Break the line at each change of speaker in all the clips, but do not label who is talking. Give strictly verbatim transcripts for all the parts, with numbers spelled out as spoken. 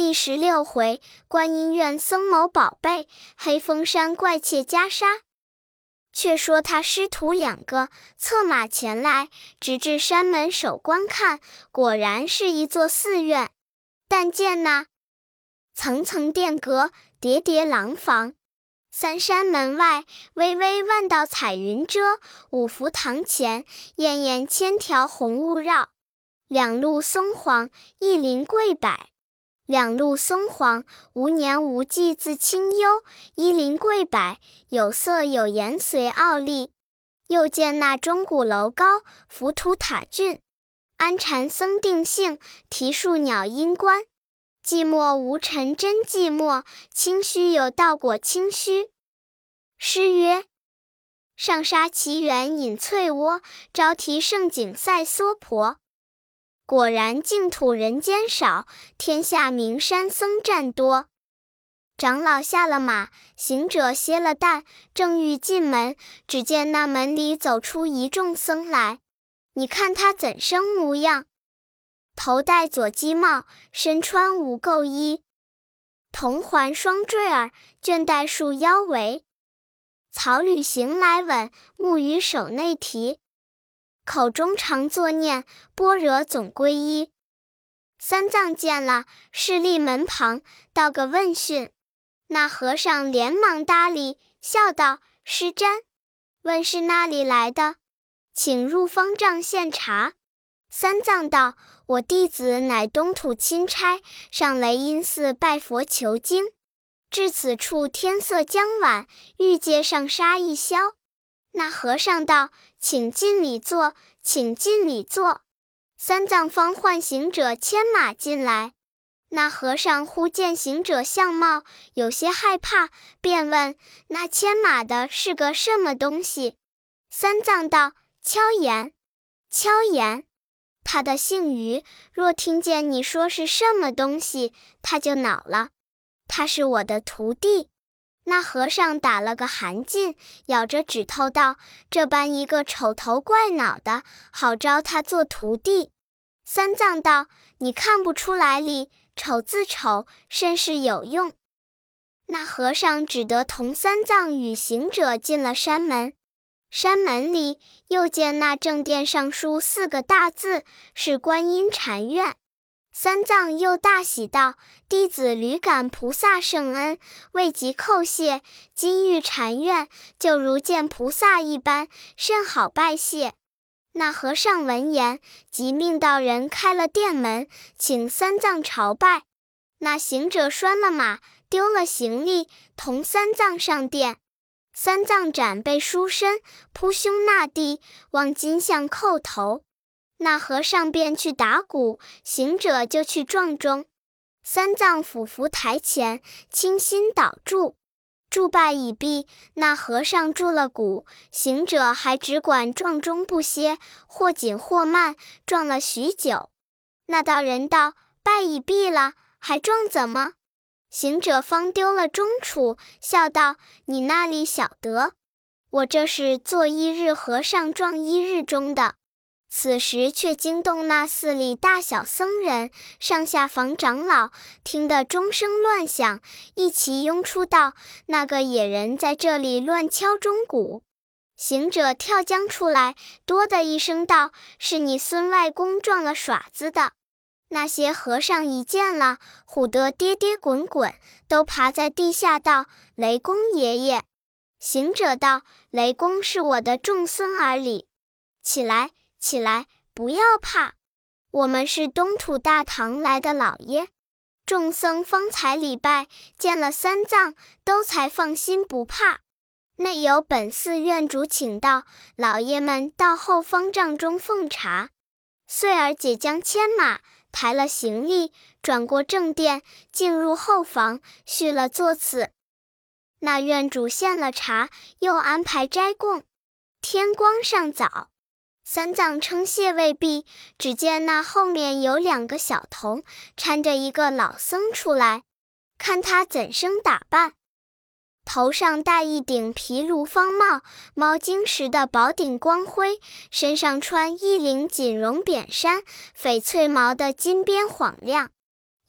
第十六回，观音院僧谋宝贝，黑风山怪窃袈裟。却说他师徒两个策马前来，直至山门首观看，果然是一座寺院。但见那层层殿阁，叠叠廊房，三山门外微微万道彩云遮，五福堂前艳艳千条红雾绕。两路松黄，一林桂柏。两路松黄，无年无际自清幽；一林桂柏，有色有颜随傲立。又见那钟鼓楼高，浮屠塔峻，安禅僧定性，啼树鸟音关。寂寞无尘真寂寞，清虚有道果清虚。诗曰：上沙奇缘隐翠窝，招提胜景赛娑婆。果然净土人间少，天下名山僧占多。长老下了马，行者歇了担，正欲进门，只见那门里走出一众僧来。你看他怎生模样？头戴左髻帽，身穿无垢衣，铜环双坠儿，绢带束腰围。草履行来稳，木鱼手内提，口中常作念，般若总归一。三藏见了，势立门旁，道个问讯。那和尚连忙搭理，笑道：施瞻，问是那里来的？请入方丈献茶。三藏道：我弟子乃东土钦差，上雷音寺拜佛求经。至此处天色将晚，欲借上沙一宵。那和尚道：请进里坐，请进里坐。三藏方唤行者牵马进来。那和尚忽见行者相貌，有些害怕，便问那牵马的是个什么东西。三藏道：敲岩，敲岩。他的姓于，若听见你说是什么东西，他就恼了。他是我的徒弟。那和尚打了个寒噤，咬着指头道：这般一个丑头怪脑的，好招他做徒弟。三藏道：你看不出来哩，丑自丑，甚是有用。那和尚只得同三藏与行者进了山门。山门里又见那正殿上书四个大字，是观音禅院。三藏又大喜道：弟子屡感菩萨圣恩，未及叩谢，今遇禅院，就如见菩萨一般，甚好拜谢。那和尚闻言，即命道人开了殿门，请三藏朝拜。那行者拴了马，丢了行李，同三藏上殿。三藏展背书身，扑胸纳地，望金像叩头。那和尚便去打鼓，行者就去撞钟。三藏俯伏台前，倾心祷祝。祝拜已毕，那和尚住了鼓，行者还只管撞钟不歇，或紧或慢，撞了许久。那道人道：拜已毕了，还撞怎么？行者方丢了钟杵，笑道：你那里晓得？我这是做一日和尚撞一日钟的。此时却惊动那寺里大小僧人，上下房长老，听得钟声乱响，一齐拥出道：那个野人在这里乱敲钟鼓。行者跳将出来，多的一声道：是你孙外公撞了耍子的。那些和尚一见了，唬得跌跌滚滚，都爬在地下道：雷公爷爷。行者道：雷公是我的众孙儿哩，起来起来，不要怕，我们是东土大唐来的老爷。众僧方才礼拜，见了三藏，都才放心不怕。内有本寺院主请到，老爷们到后方丈中奉茶。遂儿解将牵马，抬了行李，转过正殿，进入后房，续了座次。那院主献了茶，又安排斋供。天光尚早，三藏称谢未毕，只见那后面有两个小童搀着一个老僧出来，看他怎生打扮。头上戴一顶皮卢方帽，猫精石的宝顶光辉，身上穿一领锦绒扁衫，翡翠毛的金边晃亮。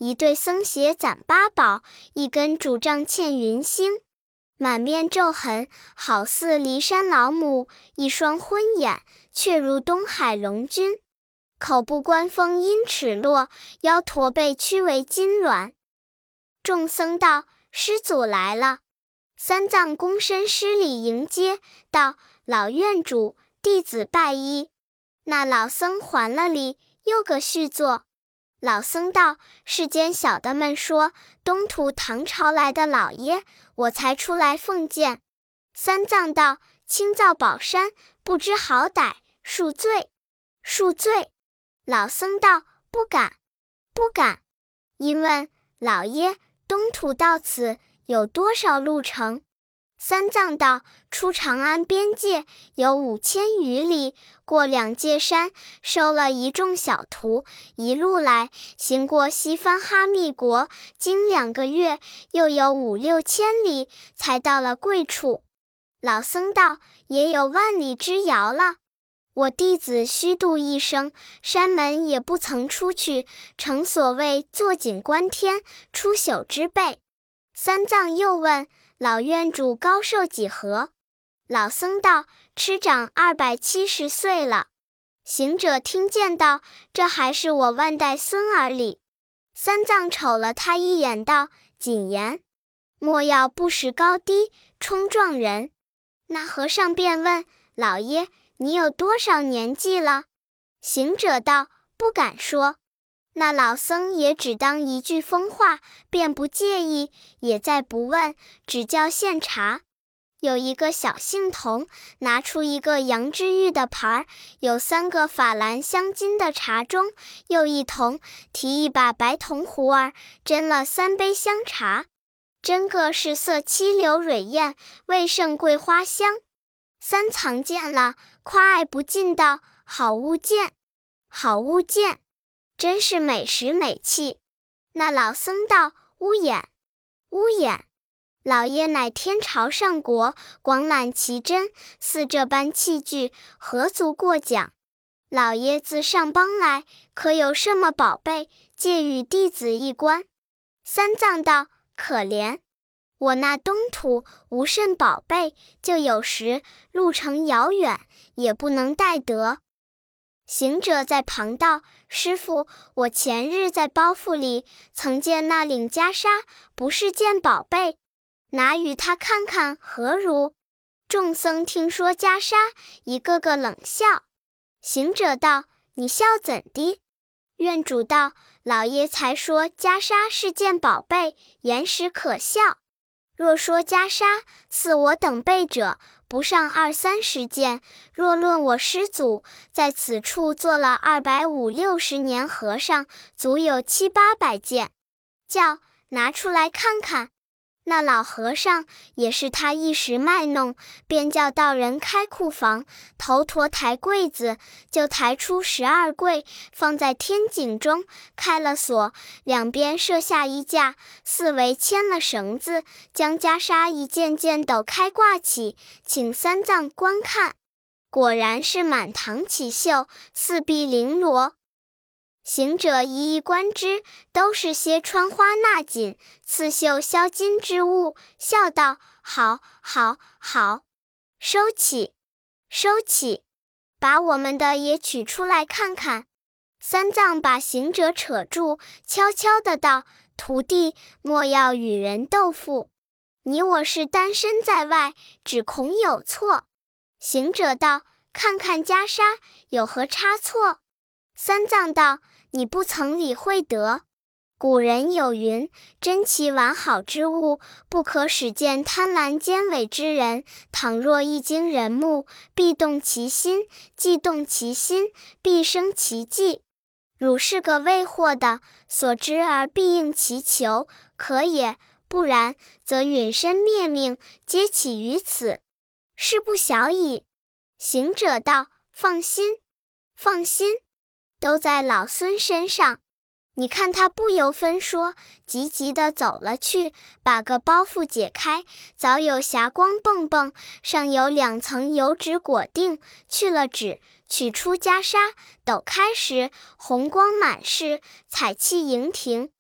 一对僧鞋攒八宝，一根拄杖嵌云星。满面皱痕，好似骊山老母；一双昏眼，却如东海龙君。口不观风因齿落，腰驼背屈为金銮。众僧道：师祖来了。三藏躬身施礼迎接，道：老院主，弟子拜依。那老僧还了礼，又个续坐。老僧道：世间小的们说，东土唐朝来的老爷，我才出来奉见。三藏道：清造宝山，不知好歹，恕罪，恕罪。老僧道：不敢，不敢。因问老爷，东土到此有多少路程？三藏道：出长安边界有五千余里，过两界山，收了一众小徒，一路来，行过西方哈密国，经两个月，又有五六千里，才到了贵处。老僧道：也有万里之遥了。我弟子虚度一生，山门也不曾出去，诚所谓坐井观天，出朽之辈。三藏又问老院主高寿几何？老僧道：吃长二百七十岁了。行者听见道：这还是我万代孙儿哩。三藏瞅了他一眼道：谨言，莫要不识高低，冲撞人。那和尚便问老爷：你有多少年纪了？行者道：不敢说。那老僧也只当一句疯话，便不介意，也再不问，只叫献茶。有一个小姓童，拿出一个羊脂玉的盘儿，有三个法兰镶金的茶盅，又一童提一把白铜壶儿，斟了三杯香茶，真个是色七流蕊艳，味胜桂花香。三藏见了，夸爱不尽道：好物件，好物件，真是美食美器。那老僧道：乌眼，乌眼。老爷乃天朝上国，广揽奇珍，似这般器具，何足过讲？老爷自上邦来，可有什么宝贝，借与弟子一观？三藏道：可怜，我那东土无甚宝贝，就有时路程遥远，也不能带得。行者在旁道：师父，我前日在包袱里曾见那领袈裟，不是件宝贝，拿与他看看何如？众僧听说袈裟，一个个冷笑。行者道：你笑怎的？院主道：老爷才说袈裟是件宝贝，言实可笑。若说袈裟似我等辈者，不上二三十件，若论我师祖，在此处做了二百五六十年和尚，足有七八百件。叫拿出来看看。那老和尚也是他一时卖弄，便叫道人开库房，头陀抬柜子，就抬出十二柜，放在天井中，开了锁，两边设下衣架，四围牵了绳子，将袈裟一件件抖开挂起，请三藏观看。果然是满堂奇秀，四壁绫罗。行者一一观之，都是些穿花纳锦、刺绣销金之物，笑道：好，好，好，收起，收起，把我们的也取出来看看。三藏把行者扯住，悄悄的道：徒弟，莫要与人斗富，你我是单身在外，只恐有错。行者道：看看袈裟，有何差错？三藏道：你不曾理会得。古人有云：珍奇完好之物，不可使见贪婪奸伪之人。倘若一经人目，必动其心；既动其心，必生其忌。汝是个未获的，所知而必应其求，可也；不然，则陨身灭命，皆起于此，事不小矣。行者道：放心，放心，都在老孙身上。你看他不由分说，急急地走了去，把个包袱解开，早有霞光迸迸，上有两层油纸裹定，去了纸，取出袈裟，抖开时，红光满室，彩气盈庭。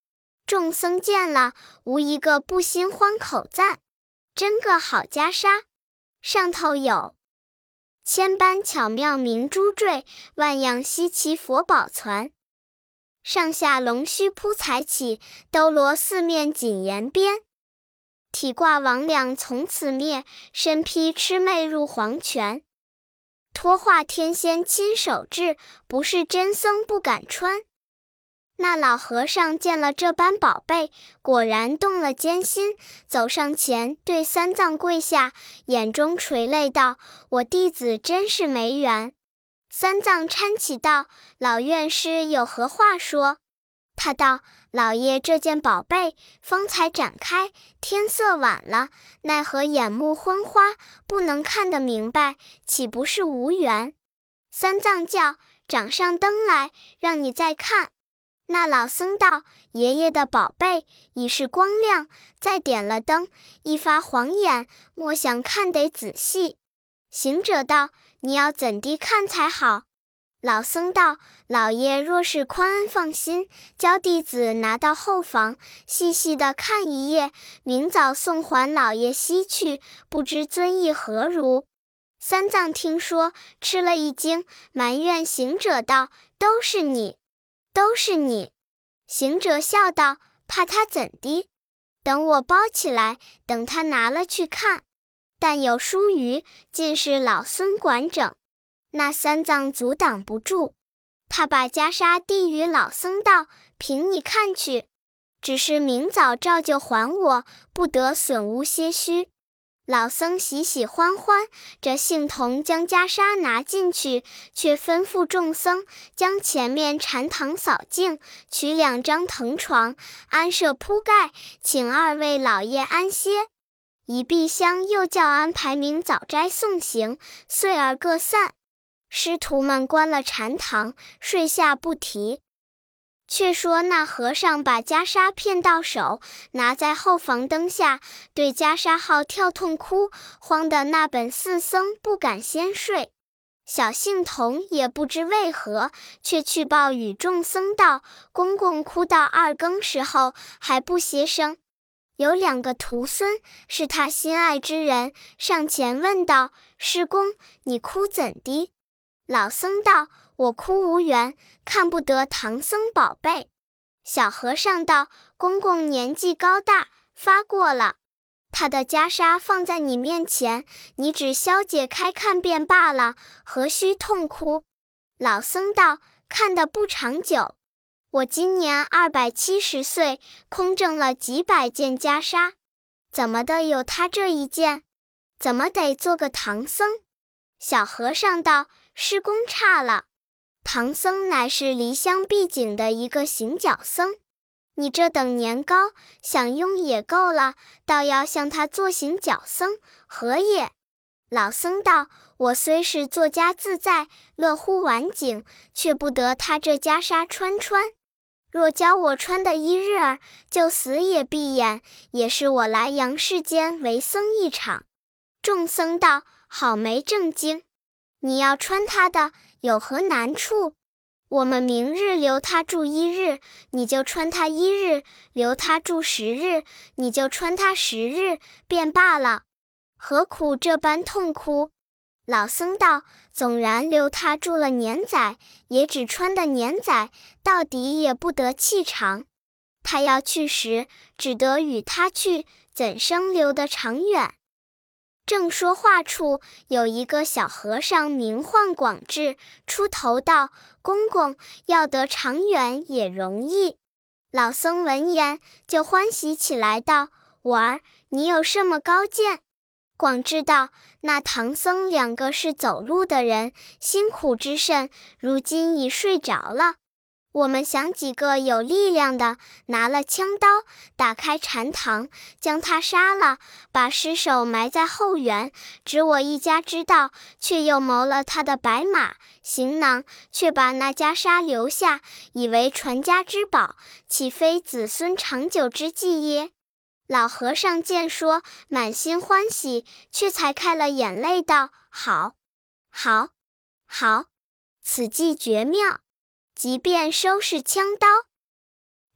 众僧见了，无一个不心欢口赞，真个好袈裟。上头有千般巧妙明珠坠，万样稀奇佛宝攒。上下龙须铺彩起，兜罗四面锦沿边。体挂魍魉从此灭，身披魑魅入黄泉。托化天仙亲手制，不是真僧不敢穿。那老和尚见了这般宝贝，果然动了奸心，走上前对三藏跪下，眼中垂泪道：“我弟子真是没缘。”三藏搀起道：“老院士有何话说？”他道：“老爷这件宝贝，方才展开，天色晚了，奈何眼目昏花，不能看得明白，岂不是无缘？”三藏叫：“掌上灯来，让你再看。”那老僧道：“爷爷的宝贝已是光亮，再点了灯，一发晃眼，莫想看得仔细。”行者道：“你要怎地看才好？”老僧道：“老爷若是宽恩放心，教弟子拿到后房，细细的看一夜，明早送还老爷西去，不知尊意何如？”三藏听说，吃了一惊，埋怨行者道：“都是你，都是你。”行者笑道：“怕他怎的？等我包起来，等他拿了去看。但有疏虞，尽是老孙管整。”那三藏阻挡不住，他把袈裟递与老僧道：“凭你看去，只是明早照旧还我，不得损污些虚。”老僧喜喜欢欢，这幸同将袈裟拿进去，却吩咐众僧将前面禅堂扫净，取两张藤床，安设铺盖，请二位老爷安歇。一闭香又叫安排明早斋送行，遂而各散。师徒们关了禅堂，睡下不提。却说那和尚把袈裟骗到手，拿在后房灯下，对袈裟号跳痛哭，慌得那本四僧不敢先睡。小信童也不知为何，却去报与众僧道：“公公哭到二更时候还不歇声。”有两个徒孙是他心爱之人，上前问道：“师公，你哭怎的？”老僧道：“我哭无缘，看不得唐僧宝贝。”小和尚道：“公公年纪高大，发过了，他的袈裟放在你面前，你只消解开看便罢了，何须痛哭？”老僧道：“看得不长久，我今年二百七十岁，空挣了几百件袈裟，怎么的有他这一件？怎么得做个唐僧？”小和尚道：“师公差了，唐僧乃是离乡避景的一个行脚僧，你这等年高，想用也够了，倒要向他做行脚僧，何也？”老僧道：“我虽是作家自在，乐乎玩景，却不得他这袈裟穿穿。若教我穿的一日儿，就死也闭眼，也是我来阳世间为僧一场。”众僧道：“好没正经，你要穿他的，有何难处？我们明日留他住一日，你就穿他一日；留他住十日，你就穿他十日，便罢了，何苦这般痛哭？”老僧道：“纵然留他住了年载，也只穿的年载，到底也不得气长。他要去时，只得与他去，怎生留得长远？”正说话处，有一个小和尚名唤广智，出头道：“公公要得长远也容易。”老僧闻言就欢喜起来，道：“我儿，你有什么高见？”广智道：“那唐僧两个是走路的人，辛苦之甚，如今已睡着了。我们想几个有力量的，拿了枪刀，打开禅堂，将他杀了，把尸首埋在后园，只我一家知道，却又谋了他的白马行囊，却把那袈裟留下，以为传家之宝，岂非子孙长久之计耶？”老和尚见说，满心欢喜，却才开了眼泪道：“好，好，好，此计绝妙。”即便收拾枪刀。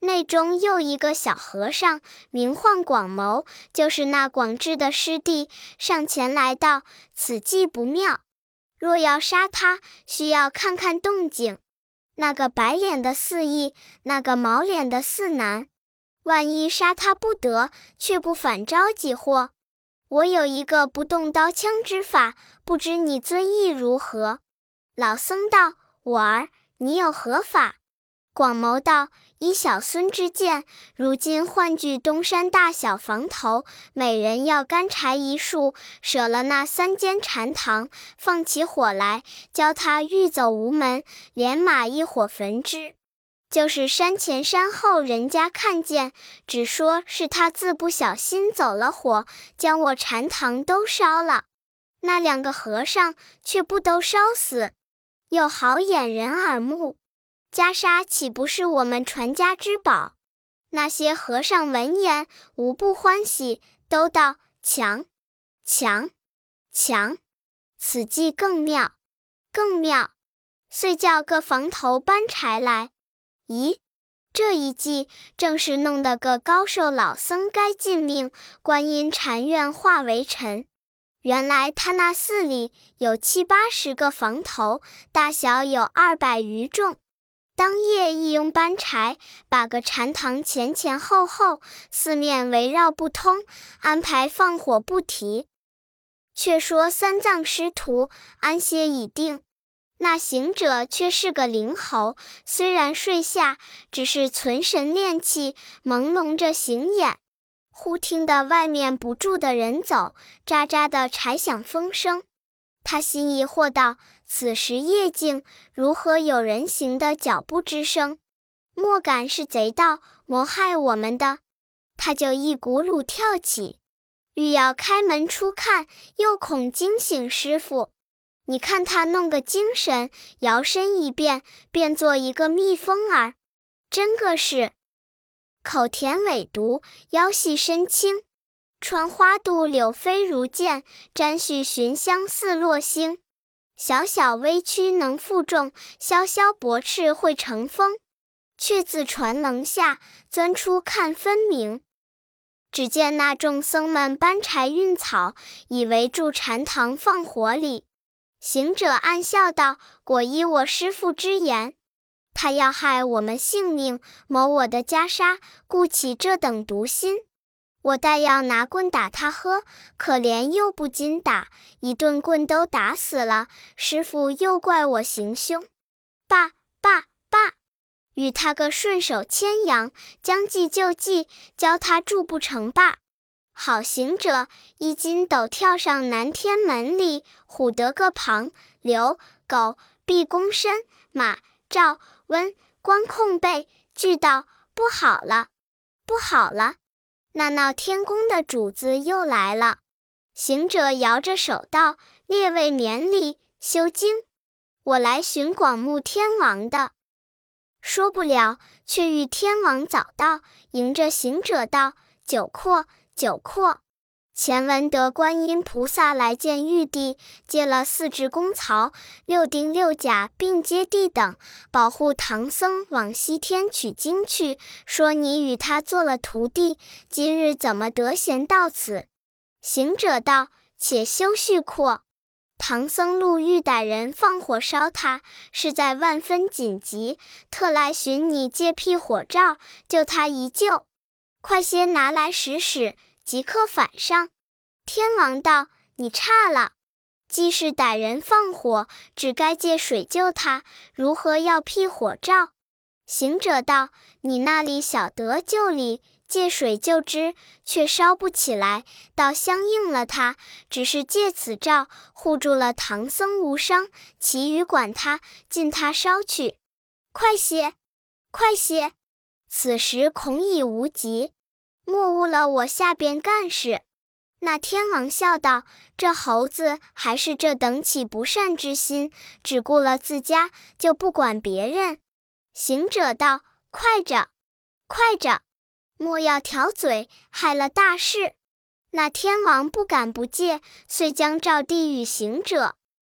内中又一个小和尚，名唤广谋，就是那广智的师弟，上前来道：此计不妙，若要杀他，需要看看动静。那个白脸的四义，那个毛脸的四男，万一杀他不得，却不反招几祸。我有一个不动刀枪之法，不知你尊意如何？老僧道：我儿，你有何法？广谋道：依小孙之见，如今唤聚东山大小房头，每人要干柴一束，舍了那三间禅堂，放起火来，教他欲走无门，连马一火焚之。就是山前山后人家看见，只说是他自不小心走了火，将我禅堂都烧了。那两个和尚却不都烧死，又好掩人耳目。袈裟岂不是我们传家之宝？那些和尚闻言无不欢喜，都道：强强强，此计更妙更妙。遂叫各房头搬柴来。咦，这一计正是弄得个高寿老僧该尽命，观音禅院化为尘。原来他那寺里有七八十个房头，大小有二百余众。当夜一拥搬柴，把个禅堂前前后后四面围绕不通，安排放火不提。却说三藏师徒安歇已定，那行者却是个灵猴，虽然睡下，只是存神练气，朦胧着行眼。忽听得外面不住的人走，喳喳的柴响风声。他心疑惑道：此时夜静，如何有人行的脚步之声？莫敢是贼盗谋害我们的？他就一骨碌跳起，欲要开门出看，又恐惊醒师傅。你看他弄个精神，摇身一变，变作一个蜜蜂儿，真个是口甜尾毒，腰细身轻，穿花肚柳飞如箭，沾絮寻香似落星。小小微躯能负重，萧萧驳斥会成风。却自船棱下钻出看分明。只见那众僧们搬柴运草，以围住禅堂放火里。行者暗笑道：果依我师父之言，他要害我们性命，谋我的袈裟，故起这等毒心。我待要拿棍打他呵，可怜又不禁打，一顿棍都打死了，师父又怪我行凶。罢罢罢，与他个顺手牵羊，将计就计，教他住不成罢。好行者一筋斗跳上南天门里，唬得个庞、刘、狗、毕躬身，马、赵、温、关空背，俱道：不好了，不好了！那闹天宫的主子又来了。行者摇着手道：列位免礼，休惊，我来寻广目天王的。说不了，却遇天王早到，迎着行者道：久阔久阔，前闻得观音菩萨来见玉帝，借了四只公曹、六丁六甲并接地等，保护唐僧往西天取经去，说你与他做了徒弟，今日怎么得闲到此？行者道：且休叙阔，唐僧路遇歹人放火烧他，是在万分紧急，特来寻你借辟火罩，救他一救。快些拿来使使，即刻返上。天王道：你差了，既是歹人放火，只该借水救他，如何要辟火罩？行者道：你那里晓得救理，借水救之，却烧不起来，倒相应了他，只是借此罩护住了唐僧无伤，其余管他，尽他烧去。快些快些，此时恐已无及，莫误了我下边干事。那天王笑道：这猴子还是这等起不善之心，只顾了自家，就不管别人。行者道：快着快着，莫要挑嘴，害了大事。那天王不敢不借，遂将罩递与行者。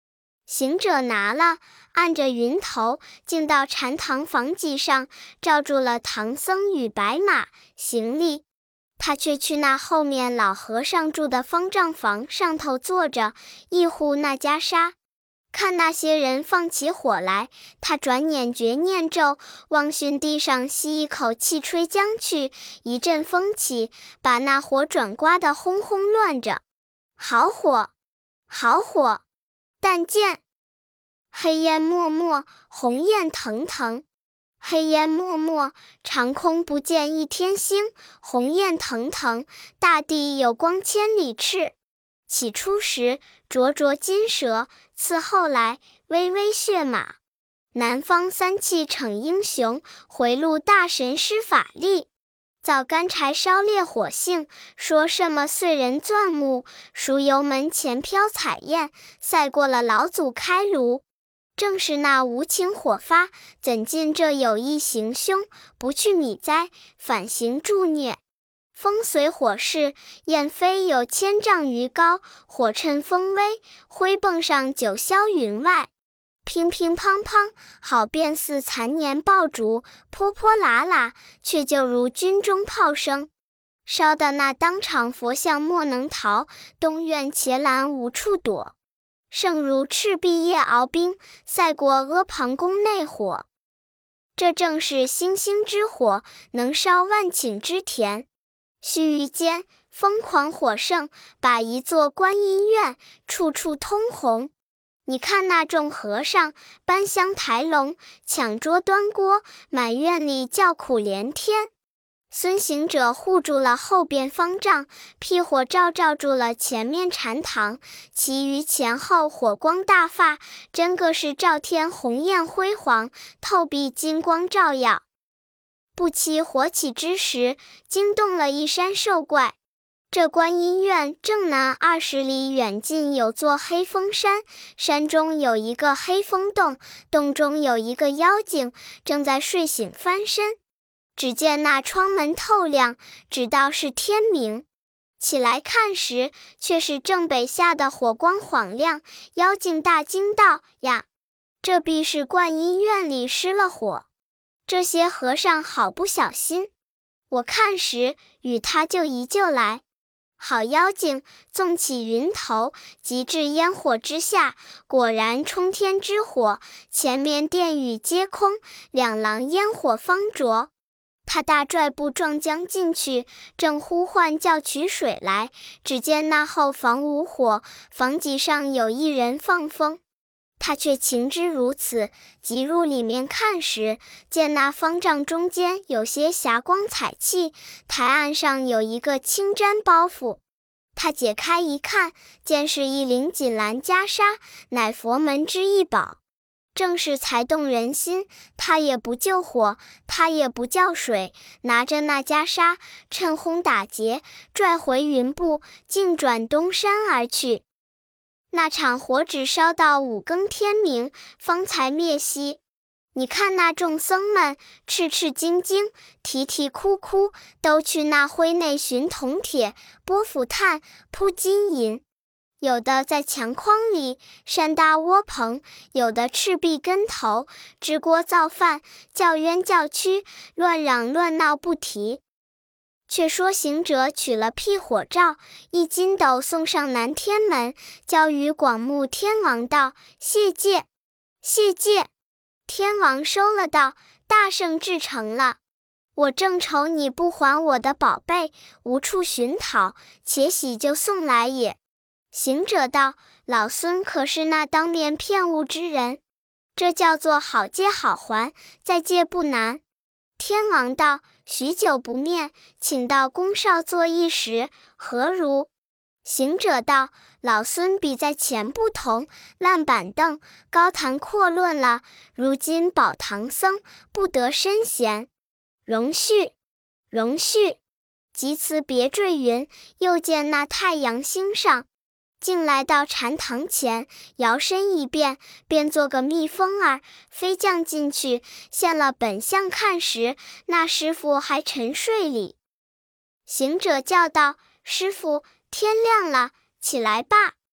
行者拿了，按着云头，径到禅堂房脊上，罩住了唐僧与白马行李。他却去那后面老和尚住的方丈房上头坐着，一呼那袈裟。看那些人放起火来，他转眼绝念咒，望巽地上吸一口气吹将去，一阵风起，把那火转刮得轰轰乱着。好火，好火！但见黑烟漠漠，红焰腾腾。黑烟漠漠，长空不见一天星；红焰腾腾，大地有光千里赤。起初时，灼灼金蛇；次后来，巍巍血马。南方三气逞英雄，回路大神施法力。造干柴烧烈火性，说什么碎人钻木，熟油门前飘彩焰，赛过了老祖开炉。正是那无情火发，怎禁这有意行凶？不去米灾，反行助孽。风随火势，焰飞有千丈余高，火趁风威，挥蹦上九霄云外。乒乒乓乓，好便似残年爆竹；泼泼喇喇，却就如军中炮声。烧得那当场佛像莫能逃，东院伽蓝无处躲。胜如赤壁夜鏖兵，赛过阿房宫内火。这正是星星之火，能烧万顷之田。须臾间，疯狂火盛，把一座观音院处处通红。你看那众和尚搬香抬笼，抢桌端锅，满院里叫苦连天。孙行者护住了后边方丈，辟火罩罩住了前面禅堂，其余前后火光大发，真个是照天红艳辉煌，透壁金光照耀。不期火起之时，惊动了一山兽怪。这观音院正南二十里远近有座黑风山，山中有一个黑风洞，洞中有一个妖精，正在睡醒翻身。只见那窗门透亮，只道是天明。起来看时，却是正北下的火光晃亮。妖精大惊道：呀，这必是观音院里失了火，这些和尚好不小心。我看时，与他就一就来。好妖精，纵起云头，即至烟火之下，果然冲天之火，前面殿宇皆空，两廊烟火方着。他大拽步撞将进去，正呼唤叫取水来，只见那后房无火，房脊上有一人放风。他却情知如此，即入里面看时，见那方丈中间有些霞光彩气，台案上有一个青毡包袱。他解开一看，见是一领锦蓝袈裟，乃佛门之异宝。正是才动人心，他也不救火，他也不叫水，拿着那袈裟，趁轰打劫，拽回云步，径转东山而去。那场火只烧到五更天明，方才灭息。你看那众僧们赤赤精精，啼啼哭哭，都去那灰内寻铜铁，拨斧炭，铺金银。有的在墙框里扇大窝棚，有的赤壁跟头，支锅造饭，叫冤叫屈，乱嚷乱闹不提。却说行者取了辟火罩，一筋斗送上南天门，交与广目天王道：谢戒，谢戒。天王收了道：大圣至诚了，我正愁你不还我的宝贝，无处寻讨，且喜就送来也。行者道：老孙可是那当面骗物之人，这叫做好借好还，再借不难。天王道：许久不面，请到宫少坐一时，何如？行者道：老孙比在前不同，烂板凳，高谈阔论了，如今保唐僧，不得身闲。容续，容续。即辞别坠云，又见那太阳星上，竟来到禅堂前，摇身一变，变做个蜜蜂儿，飞将进去，现了本相看时，那师傅还沉睡里。行者叫道：师傅，天亮了，起来吧。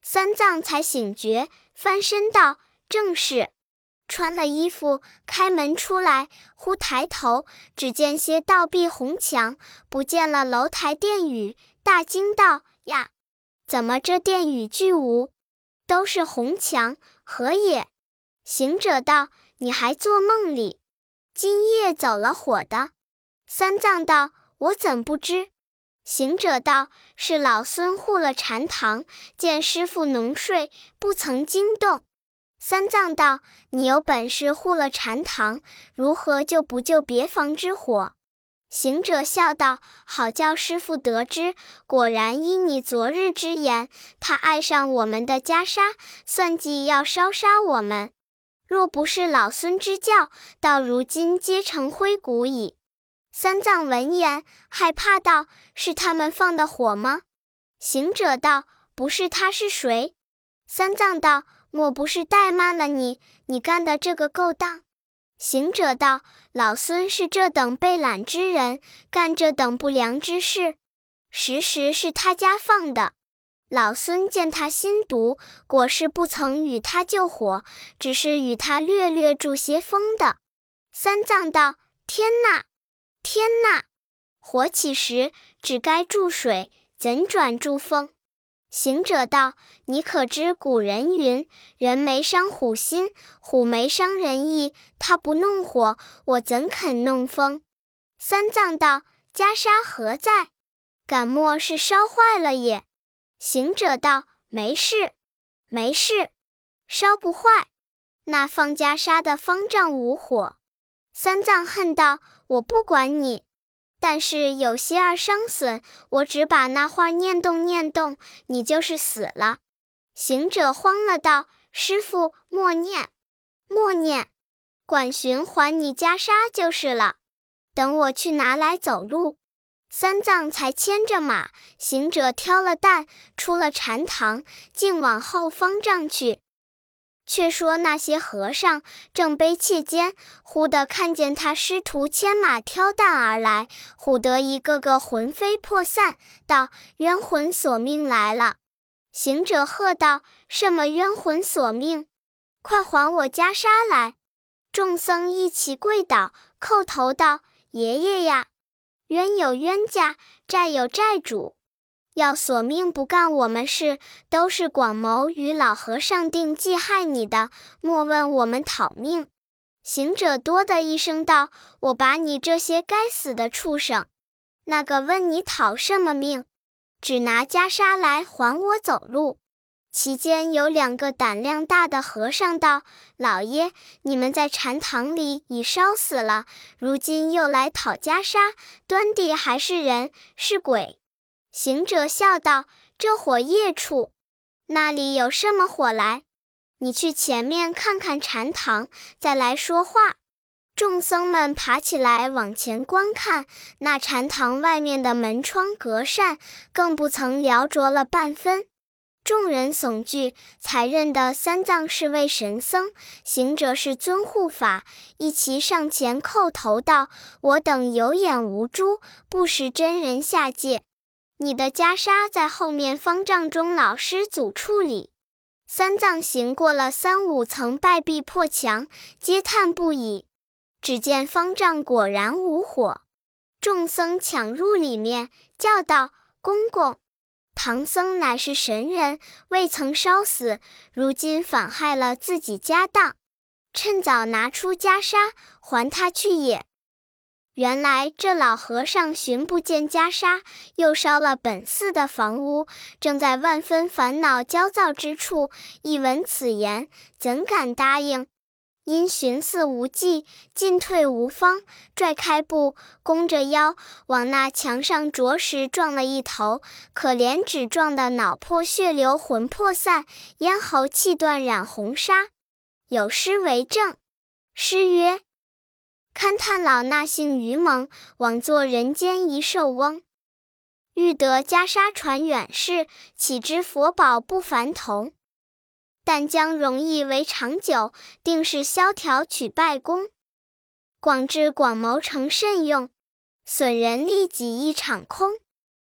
三藏才醒觉，翻身道：正是。穿了衣服，开门出来，忽抬头，只见些倒壁红墙，不见了楼台殿宇，大惊道：呀，怎么这殿宇俱无？都是红墙，何也？行者道：你还做梦里？今夜走了伙的。三藏道：我怎不知？行者道：是老孙护了禅堂，见师父浓睡，不曾惊动。三藏道：你有本事护了禅堂，如何就不救别房之火？行者笑道：好叫师父得知，果然依你昨日之言，他爱上我们的袈裟，算计要烧杀我们。若不是老孙之教，到如今皆成灰骨矣。三藏闻言，害怕道：是他们放的火吗？行者道：不是他是谁？三藏道：莫不是怠慢了你，你干的这个勾当？行者道：老孙是这等被懒之人，干这等不良之事，实实是他家放的。老孙见他心毒，果是不曾与他救火，只是与他略略助些风的。三藏道：天哪，天哪！火起时，只该助水，怎转助风？行者道：你可知古人云，人没伤虎心，虎没伤人意，他不弄火，我怎肯弄风？三藏道：袈裟何在？敢莫是烧坏了也？行者道：没事，没事，烧不坏。那放袈裟的方丈无火。三藏恨道：我不管你，但是有些儿伤损，我只把那话念动念动，你就是死了。行者慌了道：师父，莫念，莫念，管寻还你袈裟就是了，等我去拿来走路。三藏才牵着马，行者挑了担，出了禅堂，竟往后方丈去。却说那些和尚正悲切间，忽地看见他师徒牵马挑担而来，唬得一个个魂飞魄散，道：冤魂索命来了。行者喝道：什么冤魂索命？快还我袈裟来！众僧一齐跪倒，叩头道：爷爷呀，冤有冤家，债有债主，要索命不干我们事，都是广谋与老和尚定计害你的，莫问我们讨命。行者多的一声道：我把你这些该死的畜生！那个问你讨什么命？只拿袈裟来还我走路。其间有两个胆量大的和尚道：老爷，你们在禅堂里已烧死了，如今又来讨袈裟，端地还是人是鬼？行者笑道：这火业处，那里有什么火来？你去前面看看禅堂，再来说话。众僧们爬起来往前观看，那禅堂外面的门窗隔扇更不曾燎着了半分。众人悚惧，才认得三藏是位神僧，行者是遵护法，一齐上前叩头道：我等有眼无珠，不识真人下界，你的袈裟在后面方丈中老师祖处理。三藏行过了三五层败壁破墙，嗟叹不已。只见方丈果然无火，众僧抢入里面，叫道：公公，唐僧乃是神人，未曾烧死，如今反害了自己家当，趁早拿出袈裟还他去也。原来这老和尚寻不见袈裟，又烧了本寺的房屋，正在万分烦恼焦躁之处，一闻此言，怎敢答应？因寻思无计，进退无方，拽开步，弓着腰，往那墙上着实撞了一头，可怜只撞得脑破血流，魂魄散，咽喉气断，染红纱。有诗为证。诗曰：勘探老衲性愚蒙，枉做人间一寿翁。欲得袈裟传远世，岂知佛宝不凡同。但将容易为长久，定是萧条取败功。广智广谋成甚用，损人利己一场空。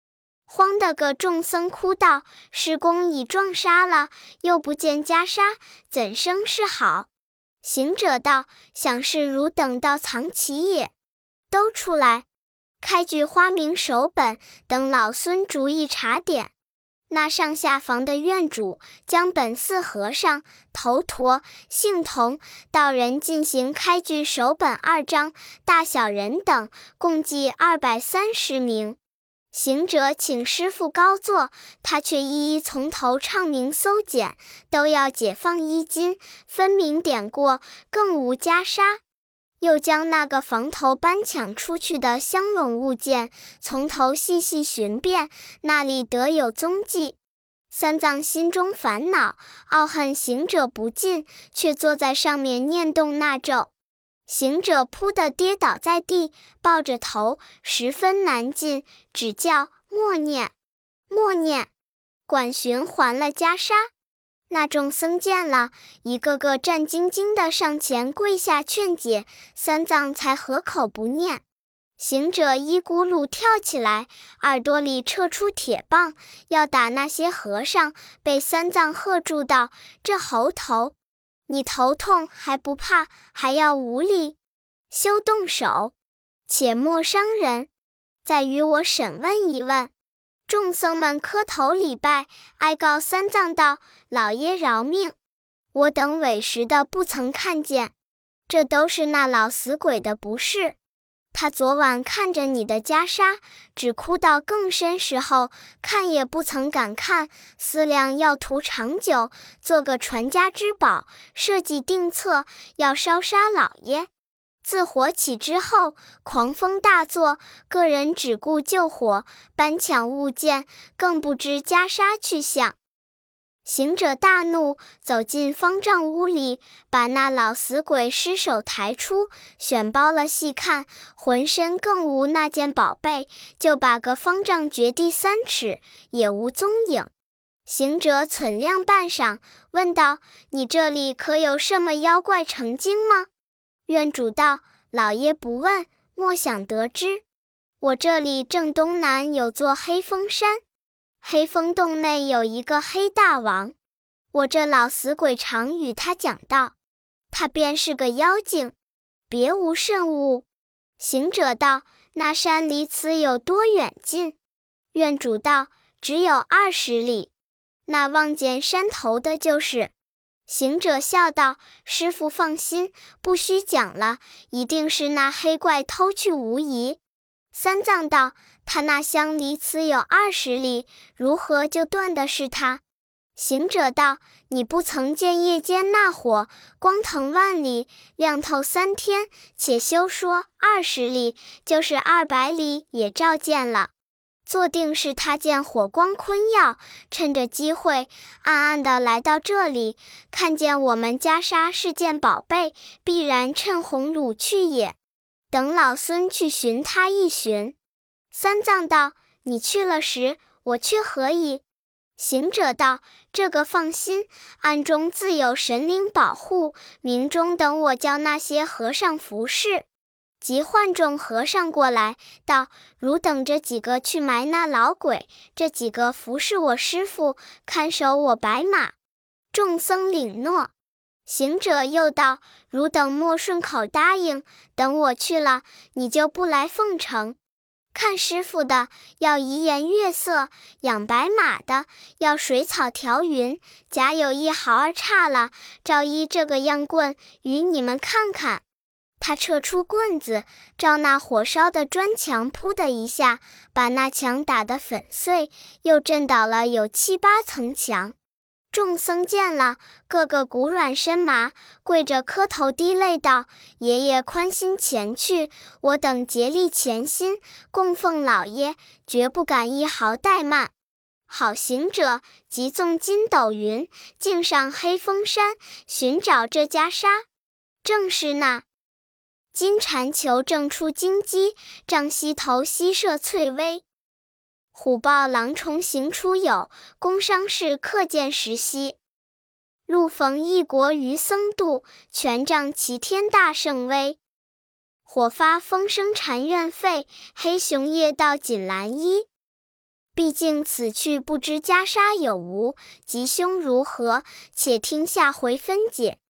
慌得个众僧哭道：“师公已撞杀了，又不见袈裟，怎生是好？”行者道：“想是汝等盗藏其也。都出来，开具花名手本，等老孙逐一查点。”那上下房的院主将本寺和尚、头陀、姓童、道人进行开具手本二张，大小人等共计二百三十名。行者请师傅高坐，他却一一从头唱名搜检，都要解放衣襟，分明点过，更无袈裟。又将那个房头搬抢出去的香笼物件，从头细细寻遍，那里得有踪迹。三藏心中烦恼，懊恨行者不进，却坐在上面念动那咒。行者扑地跌倒在地，抱着头，十分难进，只叫默念，默念，管寻还了袈裟。那众僧见了，一个个战兢兢地上前跪下劝解，三藏才合口不念。行者一咕噜跳起来，耳朵里撤出铁棒，要打那些和尚，被三藏喝住道：“这猴头，你头痛还不怕，还要无礼，休动手，且莫伤人，再与我审问一问。”众僧们磕头礼拜，哀告三藏道：“老爷饶命，我等委实的不曾看见，这都是那老死鬼的不是。他昨晚看着你的袈裟，只哭到更深时候，看也不曾敢看，思量要图长久，做个传家之宝，设计定策，要烧杀老爷。自火起之后，狂风大作，个人只顾救火，搬抢物件，更不知袈裟去向。”行者大怒，走进方丈屋里，把那老死鬼尸首抬出，选包了细看，浑身更无那件宝贝，就把个方丈掘地三尺，也无踪影。行者忖量半晌，问道：“你这里可有什么妖怪成精吗？”院主道：“老爷不问，莫想得知。我这里正东南有座黑风山，黑风洞内有一个黑大王，我这老死鬼常与他讲道，他便是个妖精，别无甚物。”行者道：“那山离此有多远近？”院主道：“只有二十里，那望见山头的就是。”行者笑道：“师父放心，不须讲了，一定是那黑怪偷去无疑。”三藏道：“他那乡离此有二十里，如何就断的是他？”行者道：“你不曾见夜间那火，光腾万里，亮透三天，且休说二十里，就是二百里也照见了。坐定是他见火光昆耀，趁着机会暗暗地来到这里，看见我们袈裟是件宝贝，必然趁红掳去也。等老孙去寻他一寻。”三藏道：“你去了时，我却何以？”行者道：“这个放心，暗中自有神灵保护，明中等我叫那些和尚服侍。”即唤众和尚过来，道：“汝等这几个去埋那老鬼，这几个服侍我师父，看守我白马。”众僧领诺。行者又道：“汝等莫顺口答应，等我去了，你就不来奉承。看师傅的，要怡颜悦色；养白马的，要水草调匀。假有一毫儿差了，照依这个样棍与你们看看。”他撤出棍子，照那火烧的砖墙，扑的一下，把那墙打得粉碎，又震倒了有七八层墙。众僧见了，个个骨软身麻，跪着磕头滴泪道：“爷爷宽心前去，我等竭力潜心，供奉老爷，绝不敢一毫怠慢。”好行者即纵筋斗云，径上黑风山，寻找这袈裟。正是那金蝉裘正出金鸡，丈溪头夕射翠微。虎豹狼虫行出有，宫商事客见时稀。路逢异国余僧度，权杖齐天大圣威。火发风生禅院沸，黑熊夜到锦兰衣。 毕竟此去不知袈裟有无，吉凶如何，且听下回分解。